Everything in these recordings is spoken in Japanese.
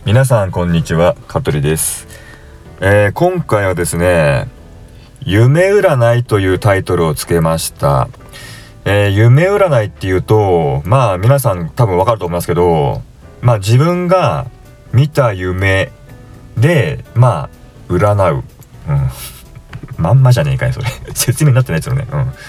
皆さんこんにちは、香取です。今回はですね、夢占いというタイトルをつけました。夢占いっていうと、皆さん多分わかると思いますけど、自分が見た夢で占う、まんまじゃねえかいそれ説明になってないですよね。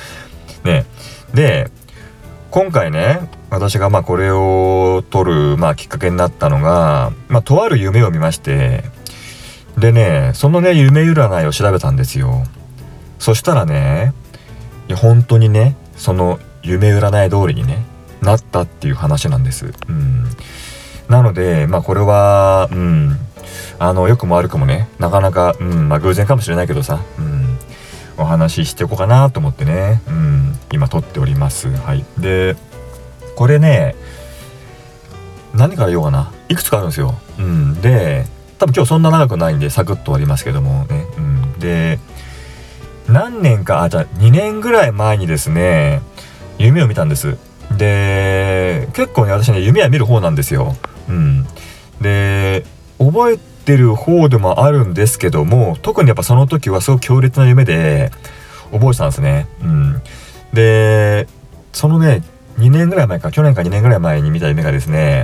で今回ね、私がこれを撮るきっかけになったのが、とある夢を見まして、でね、そのね夢占いを調べたんですよ。そしたらね、本当にね、その夢占い通りにねなったっていう話なんです。なのでこれは良くも悪くもね、なかなか偶然かもしれないけどさ、お話ししていこうかなと思ってね、今撮っております。でこれね、何から言おうかな、いくつかあるんですよ。で多分今日そんな長くないんでサクッと終わりますけどもね、で何年かじゃあ2年ぐらい前にですね、夢を見たんです。で結構ね、私ね夢は見る方なんですよ。で覚えてる方でもあるんですけども、特にやっぱその時はすごく強烈な夢で覚えてたんですね。でそのね2年ぐらい前か、去年か2年ぐらい前に見た夢がですね、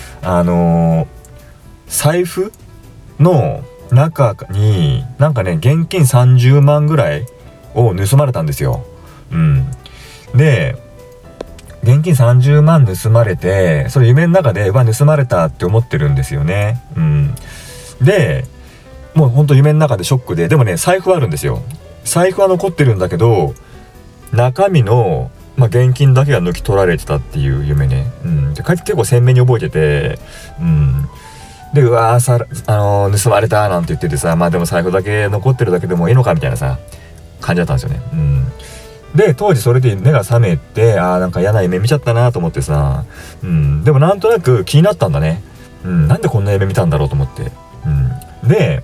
財布の中に現金30万ぐらいを盗まれたんですよ。で現金30万盗まれて、それ夢の中で盗まれたって思ってるんですよね。でもうほんと夢の中でショックで、でもね財布はあるんですよ。財布は残ってるんだけど、中身の現金だけが抜き取られてたっていう夢ね。で結構鮮明に覚えてて、で盗まれたなんて言っててさ、でも財布だけ残ってるだけでもいいのかみたいなさ感じだったんですよね。で当時それで目が覚めて、嫌な夢見ちゃったなと思ってさ、でもなんとなく気になったんだね。なんでこんな夢見たんだろうと思って、で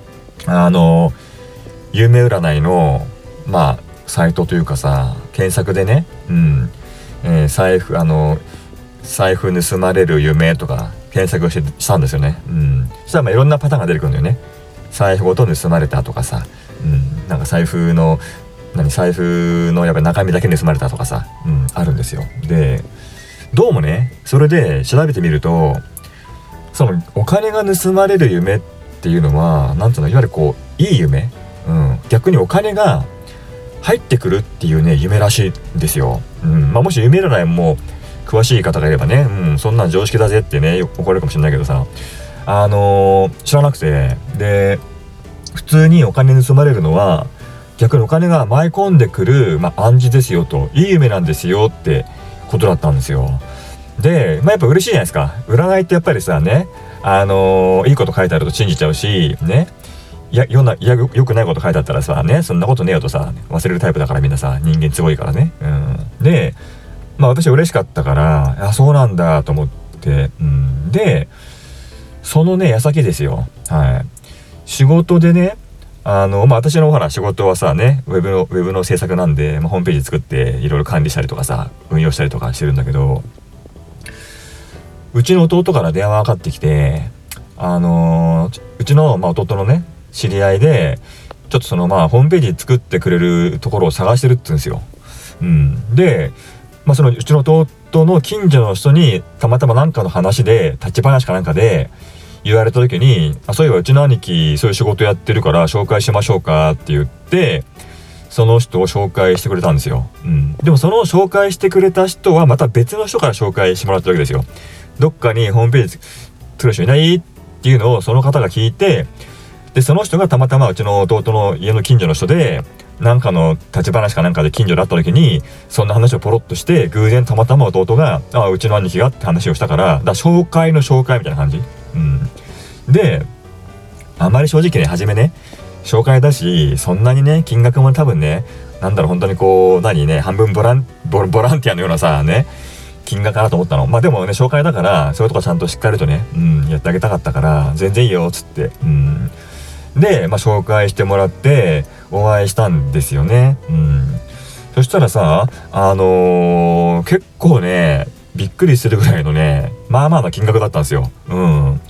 夢占いのサイトというかさ、検索でね、財布盗まれる夢とか検索したんですよね。そしたらいろんなパターンが出てくるんだよね。財布ごと盗まれたとかさ、財布のやっぱり中身だけ盗まれたとかさ、あるんですよ。でどうもね、それで調べてみると、そのお金が盗まれる夢っていうのは、なんていうの、いわゆるいい夢、逆にお金が入ってくるっていうね夢らしいんですよ。もし夢占いも詳しい方がいればね、そんなん常識だぜってね怒るかもしれないけどさ、知らなくて、で普通にお金盗まれるのは逆にお金が舞い込んでくる、暗示ですよと、いい夢なんですよってことだったんですよ。でやっぱ嬉しいじゃないですか。占いってやっぱりさね、いいこと書いてあると信じちゃうしね、よくないこと書いてあったらさね、そんなことねえよとさ忘れるタイプだから、みんなさ、人間すごいからね。で私嬉しかったから、そうなんだと思って、でそのね矢先ですよ。仕事でね、私の仕事はさね、ウェブの制作なんで、ホームページ作っていろいろ管理したりとかさ運用したりとかしてるんだけど、うちの弟から電話がかかってきて、うちの弟のね知り合いで、ちょっとそのホームページ作ってくれるところを探してるって言うんですよ。でそのうちの弟の近所の人にたまたま何かの話で、立ち話かなんかで言われた時に、そういえばうちの兄貴そういう仕事やってるから紹介しましょうかって言って、その人を紹介してくれたんですよ。でもその紹介してくれた人はまた別の人から紹介してもらったわけですよ。どっかにホームページ作る人いないっていうのをその方が聞いて、でその人がたまたまうちの弟の家の近所の人で、なんかの立ち話かなんかで近所で会った時にそんな話をポロッとして、偶然たまたま弟がうちの兄貴がって話をしたから、紹介の紹介みたいな感じ。であまり正直ね、初めね紹介だし、そんなにね金額も多分ね、本当に半分ボランティアのようなさね金額かなと思ったの。でもね紹介だから、そういうとこちゃんとしっかりとね、やってあげたかったから、全然いいよっつって、で紹介してもらってお会いしたんですよね。そしたらさ、結構ねびっくりするぐらいのね、まあまあな金額だったんですよ。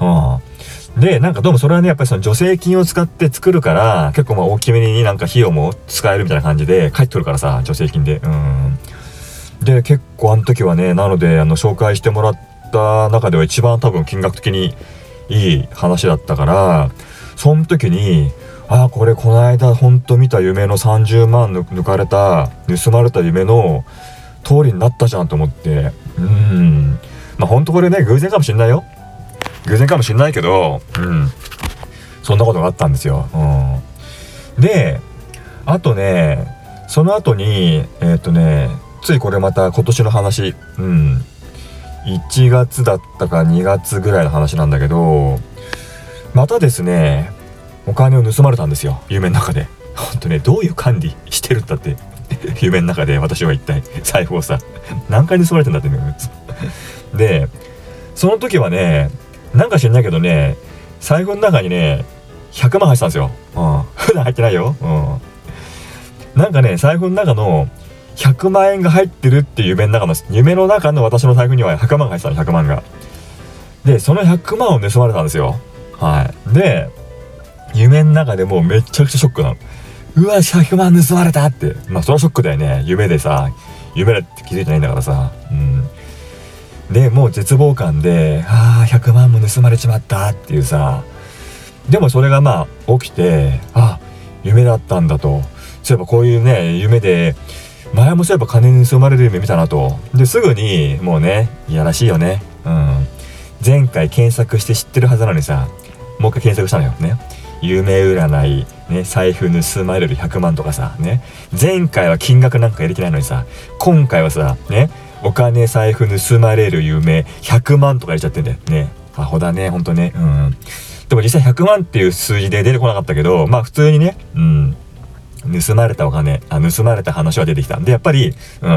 で、なんかどうもそれはね、やっぱりその助成金を使って作るから、結構まあ大きめになんか費用も使えるみたいな感じで帰ってくるからさ、助成金で。で、結構あの時はね、なので、紹介してもらった中では一番多分金額的にいい話だったから、その時に、これこの間ほんと見た夢の30万抜かれた、盗まれた夢の通りになったじゃんと思って、まあほんとこれね、偶然かもしんないよ。偶然かもしんないけど、そんなことがあったんですよ。で、あとね、その後に、ついこれまた今年の話、1月だったか2月ぐらいの話なんだけど、またですね、お金を盗まれたんですよ、夢の中で。ほんとね、どういう管理してるんだって夢の中で私は一体財布をさ、何回盗まれてんだってね。で、その時はね、なんか知んないけどね、財布の中にね、100万入ってたんですよ。普段入ってないよ。なんかね、財布の中の100万円が入ってるっていう夢の中の私の財布には100万が入ってたの、100万が。で、その100万を盗まれたんですよ。で、夢の中でもうめちゃくちゃショックなの。うわ、100万盗まれたって。まあそれはショックだよね。夢でさ、夢だって気づいてないんだからさ。で、もう絶望感で、100万も盗まれちまったっていうさ。でもそれがまあ起きて、夢だったんだと。そういえばこういうね、夢で、前もそういえば金盗まれる夢見たなと。で、すぐに、もうね、いやらしいよね。前回検索して知ってるはずなのにさ、もう一回検索したのよね。夢占い、ね、財布盗まれる100万とかさ、ね。前回は金額なんか入れてないのにさ、今回はさ、ね、お金財布盗まれる夢100万とか入れちゃってんだよね。アホだね、ほんとね。でも実際100万っていう数字で出てこなかったけど、まあ普通にね、盗まれたお金、盗まれた話は出てきたんで、やっぱり、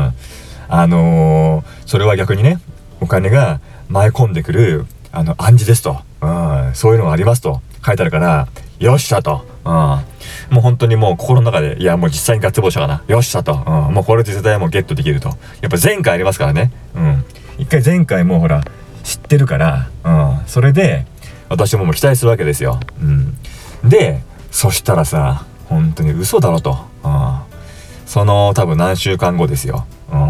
それは逆にね、お金が舞い込んでくる、暗示ですと。そういうのがありますと書いてあるから、よっしゃと。もう本当にもう心の中で、いやもう実際にガッツポーしたかな。よっしゃと。もうこれ絶対もうゲットできると。やっぱ前回ありますからね。一回前回もうほら、知ってるから、それで、私ももう期待するわけですよ。で、そしたらさ、本当に嘘だろと。その多分何週間後ですよ。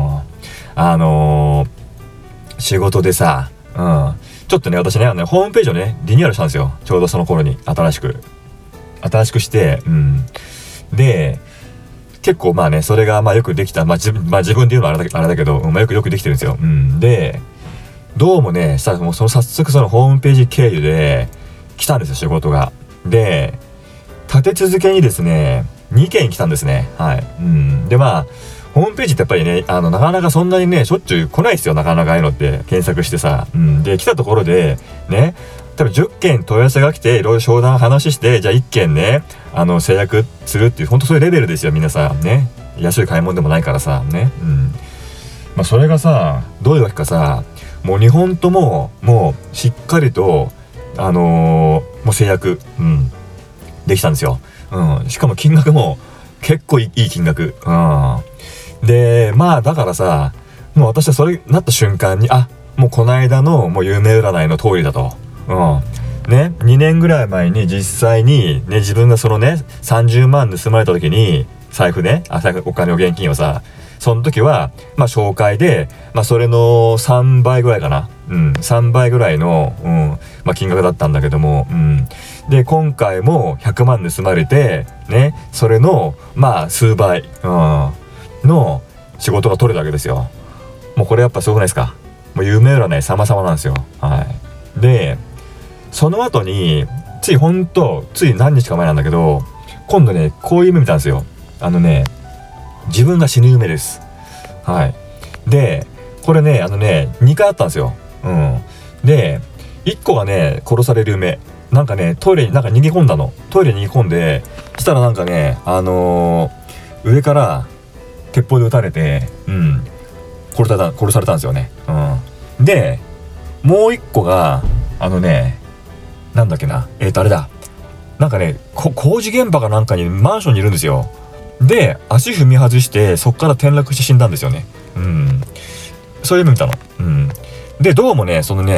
仕事でさ、ちょっとね、私ね、ホームページをね、リニューアルしたんですよ。ちょうどその頃に、新しくして、で、結構まあね、それがまあよくできた、自分で言うのはあれだけど、よくできてるんですよ。で、どうもね、もう早速そのホームページ経由で来たんですよ、仕事が。で、立て続けにですね、2件来たんですね。で、まあ、ホームページってやっぱりね、なかなかそんなにね、しょっちゅう来ないですよ、なかなかああいうのって検索してさ。で、来たところで、ね、多分10件問い合わせが来て、いろいろ商談話して、じゃあ1件ね、制約するっていう、ほんとそういうレベルですよ、皆さん。ね。安い買い物でもないからさ、ね。まあ、それがさ、どういうわけかさ、もう2本とも、もう、しっかりと、もう制約、できたんですよ。しかも金額も、結構いい金額。で、まあだからさ、もう私はそれなった瞬間に、もうこの間のもう夢占いの通りだと。ね、2年ぐらい前に実際にね、自分がそのね、30万盗まれた時に、財布ね、お金を現金をさ、その時は、まあ紹介で、まあそれの3倍ぐらいかな。3倍ぐらいの、まあ金額だったんだけども、で、今回も100万盗まれて、ね、それの、まあ数倍、の仕事が取れたわけですよ。もうこれやっぱすごくないですか。もう夢占い様々なんですよ。で、その後に、つい何日か前なんだけど、今度ね、こういう夢見たんですよ。自分が死ぬ夢です。で、これね、2回あったんですよ。で、1個がね、殺される夢。なんかね、トイレになんか逃げ込んだの。トイレに逃げ込んで、したらなんかね、上から鉄砲で撃たれて、殺されたんですよね。で、もう1個が、なんだっけな、あれだ。なんかね、工事現場かなんかにマンションにいるんですよ。で、足踏み外して、そっから転落して死んだんですよね。そういう夢見たの。で、どうもね、そのね、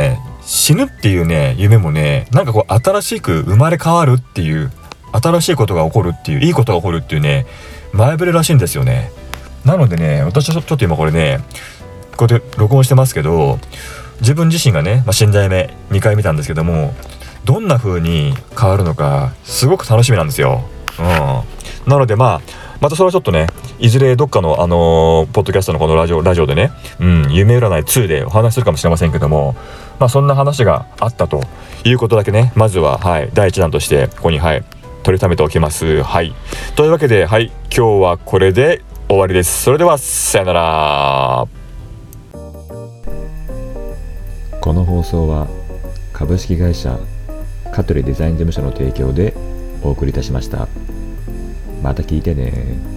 死ぬっていうね夢もね、なんかこう新しく生まれ変わるっていう、新しいことが起こるっていう、いいことが起こるっていうね前触れらしいんですよね。なのでね、私はちょっと今これねこうやって録音してますけど、自分自身がね、死んだ夢2回見たんですけども、どんな風に変わるのかすごく楽しみなんですよ。なのでまたそれはちょっとね、いずれどっかのポッドキャストのこのラジオでね、夢占い2でお話しするかもしれませんけども、そんな話があったということだけね、まずは第一弾としてここに取りためておきます。というわけで今日はこれで終わりです。それではさよなら。 この放送は株式会社香取デザイン事務所の提供でお送りいたしました。また聞いてね。